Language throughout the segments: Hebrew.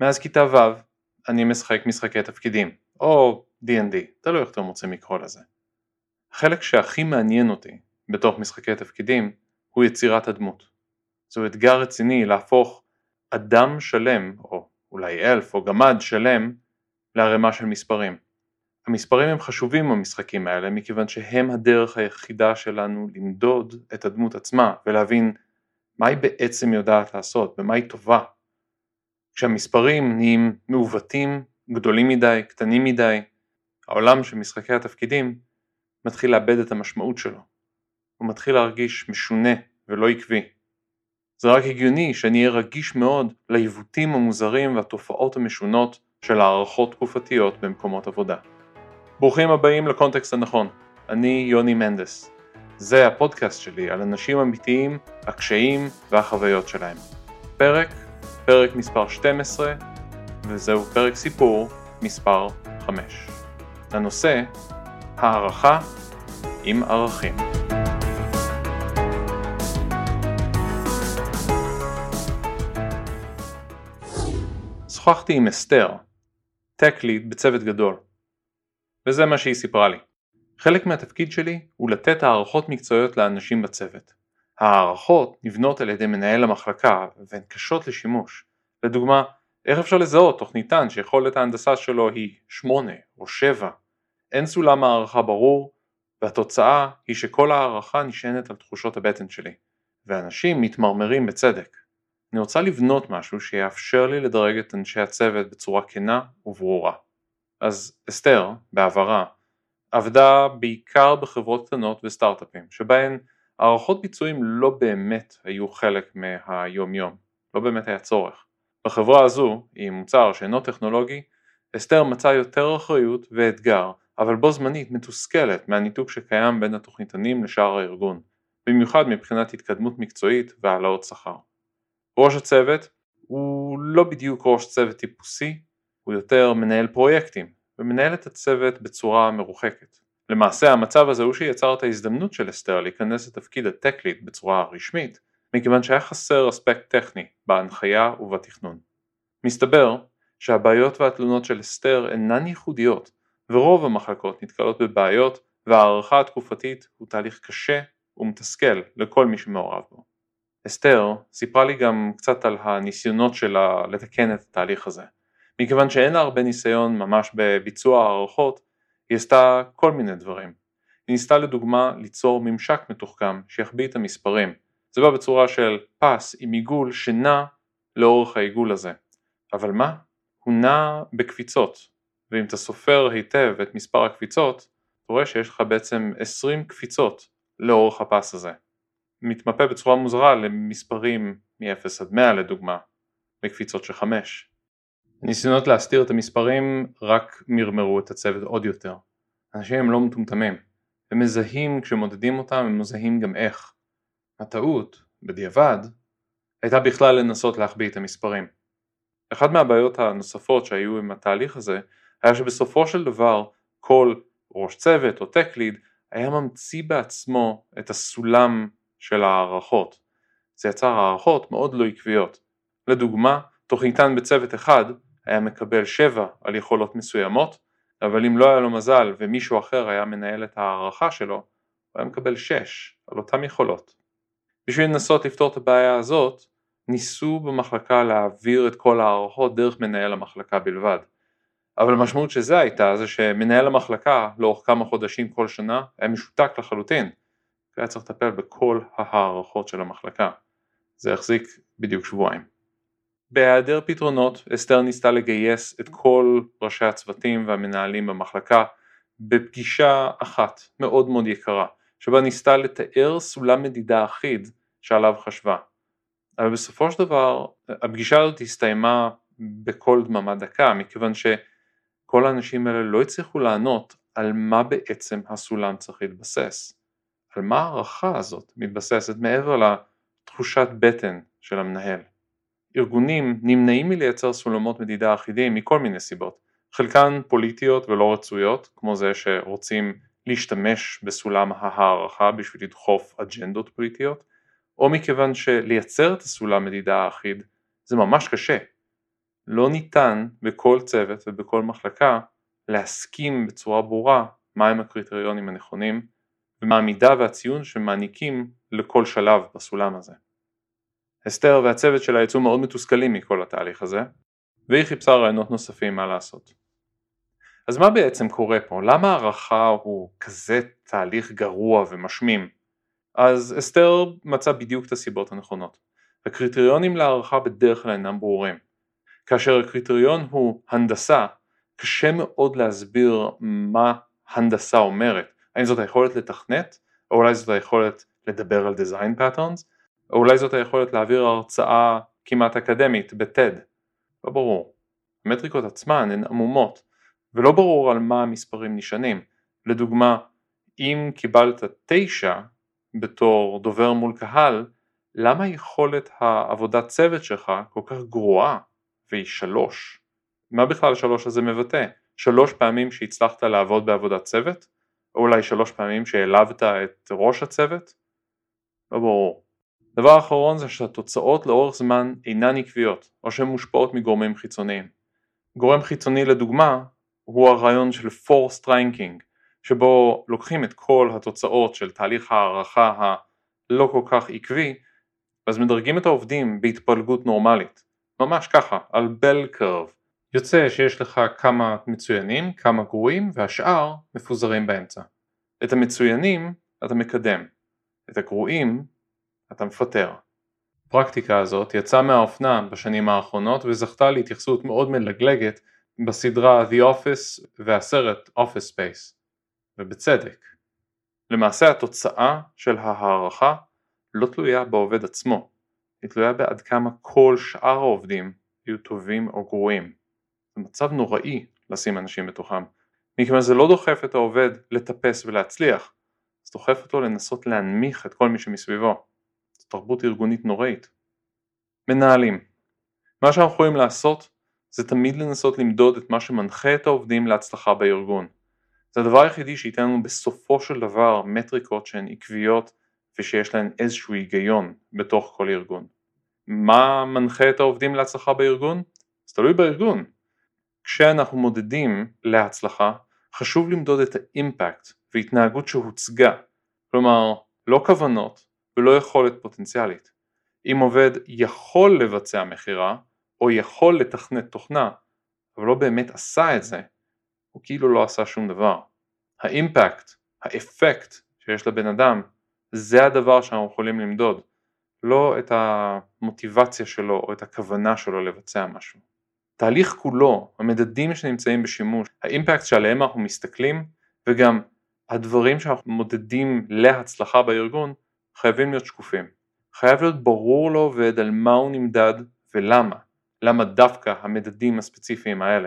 מאז כיתה ו' אני משחק משחקי תפקידים, או D&D, תלוי איך אתם רוצים לקרוא לזה. החלק שהכי מעניין אותי בתוך משחקי תפקידים הוא יצירת הדמות. זהו אתגר רציני להפוך אדם שלם, או אולי אלף או גמד שלם, לערימה של מספרים. המספרים הם חשובים במשחקים האלה מכיוון שהם הדרך היחידה שלנו למדוד את הדמות עצמה ולהבין מה היא בעצם יודעת לעשות ומה היא טובה. כשהמספרים נהיים מעוותים, גדולים מדי, קטנים מדי, העולם של משחקי התפקידים מתחיל לאבד את המשמעות שלו. הוא מתחיל להרגיש משונה ולא עקבי. זה רק הגיוני שאני אהיה רגיש מאוד לעיוותים המוזרים והתופעות המשונות של הערכות תקופתיות במקומות עבודה. ברוכים הבאים לקונטקסט הנכון. אני יוני מנדס. זה הפודקאסט שלי על אנשים אמיתיים, הקשיים והחוויות שלהם. פרק מספר 12, וזהו פרק סיפור מספר 5. הנושא, הערכה עם ערכים. שוחחתי עם אסתר, טק ליד בצוות גדול, וזה מה שהיא סיפרה לי. חלק מהתפקיד שלי הוא לתת הערכות מקצועיות לאנשים בצוות. הערכות נבנות על ידי מנהל המחלקה והן קשות לשימוש. לדוגמה, איך אפשר לזהות תוכניתן שיכולת ההנדסה שלו היא 8 או 7? אין סולם הערכה ברור, והתוצאה היא שכל הערכה נשענת על תחושות הבטן שלי, ואנשים מתמרמרים בצדק. אני רוצה לבנות משהו שיאפשר לי לדרג את אנשי הצוות בצורה כנה וברורה. אז אסתר, בעברה, עבדה בעיקר בחברות קטנות וסטארט-אפים, שבהן הערכות ביצועים לא באמת היו חלק מהיום יום, לא באמת היה צורך. בחברה הזו, עם מוצר שאינו טכנולוגי, אסתר מצאה יותר אחריות ואתגר, אבל בו זמנית מתוסכלת מהניתוק שקיים בין התוכניתנים לשאר הארגון, במיוחד מבחינת התקדמות מקצועית והעלאות שכר. ראש הצוות הוא לא בדיוק ראש צוות טיפוסי, הוא יותר מנהל פרויקטים, ומנהל את הצוות בצורה מרוחקת. למעשה המצב הזה הוא שיצר את ההזדמנות של אסתר להיכנס לתפקיד הטק ליד בצורה רשמית, מכיוון שהיה חסר אספקט טכני בהנחיה ובתכנון. מסתבר שהבעיות והתלונות של אסתר אינן ייחודיות, ורוב המחלקות נתקלות בבעיות, והערכה התקופתית הוא תהליך קשה ומתסכל לכל מי שמעורב בו. אסתר סיפרה לי גם קצת על הניסיונות שלה לתקן את התהליך הזה. מכיוון שאין לה הרבה ניסיון ממש בביצוע הערכות, היא עשתה כל מיני דברים. היא ניסתה לדוגמה ליצור ממשק מתוחכם שיחביא את המספרים. זה בא בצורה של פס עם עיגול שנע לאורך העיגול הזה. אבל מה? הוא נע בקפיצות, ואם אתה סופר היטב את מספר הקפיצות, אתה רואה שיש לך בעצם 20 קפיצות לאורך הפס הזה. מתמפה בצורה מוזרה למספרים מ-0 עד 100 לדוגמה, בקפיצות של 5. הניסיונות להסתיר את המספרים רק מרמרו את הצוות עוד יותר. אנשים הם לא מטומטמים. הם מזהים כשמודדים אותם, הם מזהים גם איך. הטעות, בדיעבד, הייתה בכלל לנסות להחביא את המספרים. אחת מהבעיות הנוספות שהיו עם התהליך הזה, היה שבסופו של דבר כל ראש צוות או טק ליד היה ממציא בעצמו את הסולם של הערכות. זה יצר הערכות מאוד לא עקביות. לדוגמה, תוכניתן בצוות אחד היה מקבל 7 על יכולות מסוימות, אבל אם לא היה לו מזל ומישהו אחר היה מנהל את הערכה שלו, הוא היה מקבל 6 על אותם יכולות. בשביל לנסות לפתור את הבעיה הזאת, ניסו במחלקה להעביר את כל הערכות דרך מנהל המחלקה בלבד. אבל המשמעות שזה הייתה זה שמנהל המחלקה לאורך כמה חודשים כל שנה היה משותק לחלוטין, והיה צריך לטפל בכל הערכות של המחלקה. זה החזיק בדיוק שבועיים. בהיעדר פתרונות, אסתר ניסתה לגייס את כל ראשי הצוותים והמנהלים במחלקה בפגישה אחת מאוד מאוד יקרה, שבה ניסתה לתאר סולם מדידה אחיד שעליו חשבה. אבל בסופו של דבר, הפגישה הזאת הסתיימה בכל דממה דקה, מכיוון שכל האנשים האלה לא הצליחו לענות על מה בעצם הסולם צריך להתבסס. על מה הערכה הזאת מתבססת מעבר לתחושת בטן של המנהל. ארגונים נמנעים מלייצר סולמות מדידה אחידים מכל מיני סיבות, חלקן פוליטיות ולא רצויות, כמו זה שרוצים להשתמש בסולם הערכה בשביל לדחוף אג'נדות פוליטיות, או מכיוון שלייצר את הסולם מדידה האחיד זה ממש קשה. לא ניתן בכל צוות ובכל מחלקה להסכים בצורה ברורה מהם הקריטריונים הנכונים ומה המידה והציון שמעניקים לכל שלב בסולם הזה. אסתר והצוות שלה יצאו מאוד מתוסכלים מכל התהליך הזה, והיא חיפשה רעיונות נוספים מה לעשות. אז מה בעצם קורה פה? למה הערכה הוא כזה תהליך גרוע ומשמים? אז אסתר מצא בדיוק את הסיבות הנכונות. הקריטריונים להערכה בדרך כלל אינם ברורים. כאשר הקריטריון הוא הנדסה, קשה מאוד להסביר מה הנדסה אומרת. האם זאת היכולת לתכנת, או אולי זאת היכולת לדבר על design patterns, או אולי זאת היכולת להעביר הרצאה כמעט אקדמית בטד. לא ברור. המטריקות עצמן הן עמומות, ולא ברור על מה המספרים נשענים. לדוגמה, אם קיבלת 9 בתור דובר מול קהל, למה יכולת העבודת צוות שלך כל כך גרועה והיא 3? מה בכלל 3 הזה מבטא? 3 פעמים שהצלחת לעבוד בעבודת צוות? או אולי 3 פעמים שהעלבת את ראש הצוות? לא ברור. דבר אחרון זה שהתוצאות לאורך זמן אינן עקביות, או שהן מושפעות מגורמים חיצוניים. גורם חיצוני לדוגמה הוא הרעיון של forced ranking, שבו לוקחים את כל התוצאות של תהליך הערכה הלא כל כך עקבי, אז מדרגים את העובדים בהתפלגות נורמלית, ממש ככה, על bell curve. יוצא שיש לך כמה מצוינים, כמה גרועים, והשאר מפוזרים באמצע. את המצוינים אתה מקדם, את הגרועים אתה מפטר. הפרקטיקה הזאת יצאה מהאופנה בשנים האחרונות וזכתה להתייחסות מאוד מלגלגת בסדרה The Office והסרט Office Space, ובצדק. למעשה התוצאה של הערכה לא תלויה בעובד עצמו, היא תלויה בעד כמה כל שאר העובדים יהיו טובים או גרועים. זה מצב נוראי לשים אנשים בתוכם, מכיוון זה לא דוחף את העובד לטפס ולהצליח, זה דוחף אותו לנסות להנמיך את כל מי שמסביבו. זו תרבות ארגונית נוראית. מנהלים. מה שאנחנו יכולים לעשות זה תמיד לנסות למדוד את מה שמנחה את העובדים להצלחה בארגון. זה הדבר היחידי שייתן לנו בסופו של דבר מטריקות שהן עקביות ושיש להן איזשהו היגיון בתוך כל ארגון. מה מנחה את העובדים להצלחה בארגון? זה תלוי בארגון. כשאנחנו מודדים להצלחה, חשוב למדוד את האימפקט והתנהגות שהוצגה. כלומר, לא כוונות ולא יכולת פוטנציאלית. אם עובד יכול לבצע מחירה או יכול לתכנת תוכנה, אבל לא באמת עשה את זה, הוא כאילו לא עשה שום דבר. האימפקט, האפקט שיש לבן אדם, זה הדבר שאנחנו יכולים למדוד, לא את המוטיבציה שלו או את הכוונה שלו לבצע משהו. תהליך כולו, המדדים שנמצאים בשימוש, האימפקט שעליהם אנחנו מסתכלים, וגם הדברים שאנחנו מודדים להצלחה בארגון, חייבים להיות שקופים. חייב להיות ברור לעובד על מה הוא נמדד ולמה. למה דווקא המדדים הספציפיים האלה.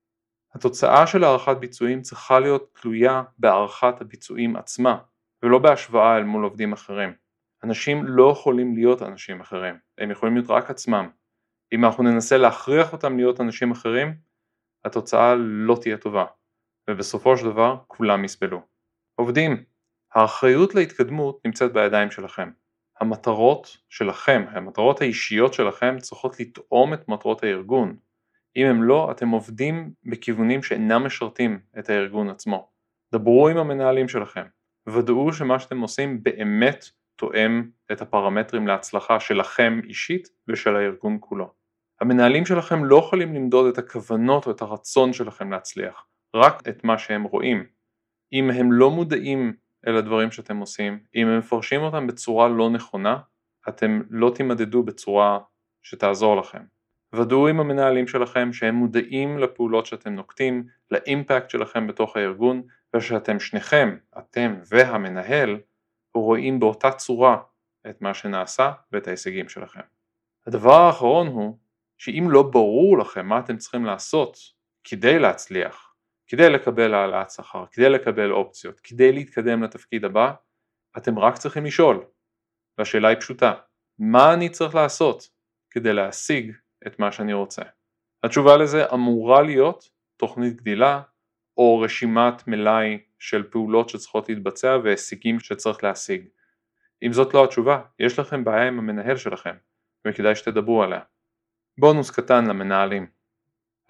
התוצאה של הערכת ביצועים צריכה להיות תלויה בהערכת הביצועים עצמה, ולא בהשוואה אל מול עובדים אחרים. אנשים לא יכולים להיות אנשים אחרים, הם יכולים להיות רק עצמם. אם אנחנו ננסה להכריח אותם להיות אנשים אחרים, התוצאה לא תהיה טובה, ובסופו של דבר כולם יסבלו. עובדים, האחריות להתקדמות נמצאת בידיים שלכם. המטרות שלכם, המטרות האישיות שלכם צריכות לתאום את מטרות הארגון. אם הם לא, אתם עובדים בכיוונים שאינם משרתים את הארגון עצמו. דברו עם המנהלים שלכם, ודאו שמה שאתם עושים באמת תואם את הפרמטרים להצלחה שלכם אישית ושל הארגון כולו. המנהלים שלכם לא יכולים למדוד את הכוונות או את הרצון שלכם להצליח, רק את מה שהם רואים. אם הם לא מודעים אל הדברים שאתם עושים, אם הם מפרשים אותם בצורה לא נכונה, אתם לא תימדדו בצורה שתעזור לכם. ודאו עם המנהלים שלכם שהם מודעים לפעולות שאתם נוקטים, לאימפקט שלכם בתוך הארגון, ושאתם שניכם, אתם והמנהל, רואים באותה צורה את מה שנעשה ואת ההישגים שלכם. הדבר האחרון הוא, שאם לא ברור לכם מה אתם צריכים לעשות כדי להצליח, כדי לקבל העלאת שכר, כדי לקבל אופציות, כדי להתקדם לתפקיד הבא, אתם רק צריכים לשאול. והשאלה היא פשוטה, מה אני צריך לעשות כדי להשיג את מה שאני רוצה? התשובה לזה אמורה להיות תוכנית גדילה או רשימת מלאי של פעולות שצריכות להתבצע והישגים שצריך להשיג. אם זאת לא התשובה, יש לכם בעיה עם המנהל שלכם, וכדאי שתדברו עליה. בונוס קטן למנהלים.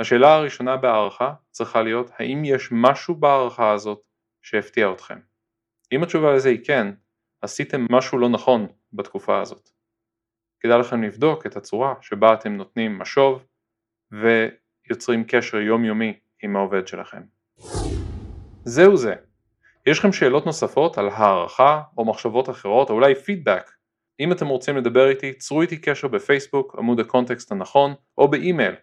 השאלה הראשונה בהערכה צריכה להיות האם יש משהו בהערכה הזאת שהפתיע אתכם. אם התשובה לזה היא כן, עשיתם משהו לא נכון בתקופה הזאת. כדאי לכם לבדוק את הצורה שבה אתם נותנים משוב ויוצרים קשר יומיומי עם העובד שלכם. זהו זה. יש לכם שאלות נוספות על הערכה או מחשבות אחרות או אולי פידבק? אם אתם רוצים לדבר איתי, צרו איתי קשר בפייסבוק, עמוד הקונטקסט הנכון, או באימייל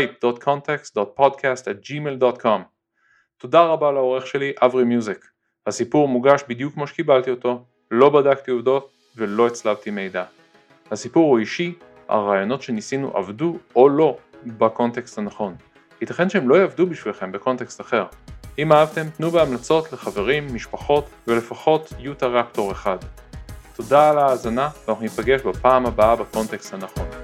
write.context.podcast@gmail.com. תודה רבה לעורך שלי, אברי מיוזיק. הסיפור מוגש בדיוק כמו שקיבלתי אותו, לא בדקתי עובדות ולא הצלבתי מידע. הסיפור הוא אישי, הרעיונות שניסינו עבדו או לא בקונטקסט הנכון. ייתכן שהם לא יעבדו בשבילכם בקונטקסט אחר. אם אהבתם, תנו בהמלצות לחברים, משפחות ולפחות יוטה רפטור אחד. תודה על ההאזנה ואנחנו ניפגש בפעם הבאה בקונטקסט הנכון.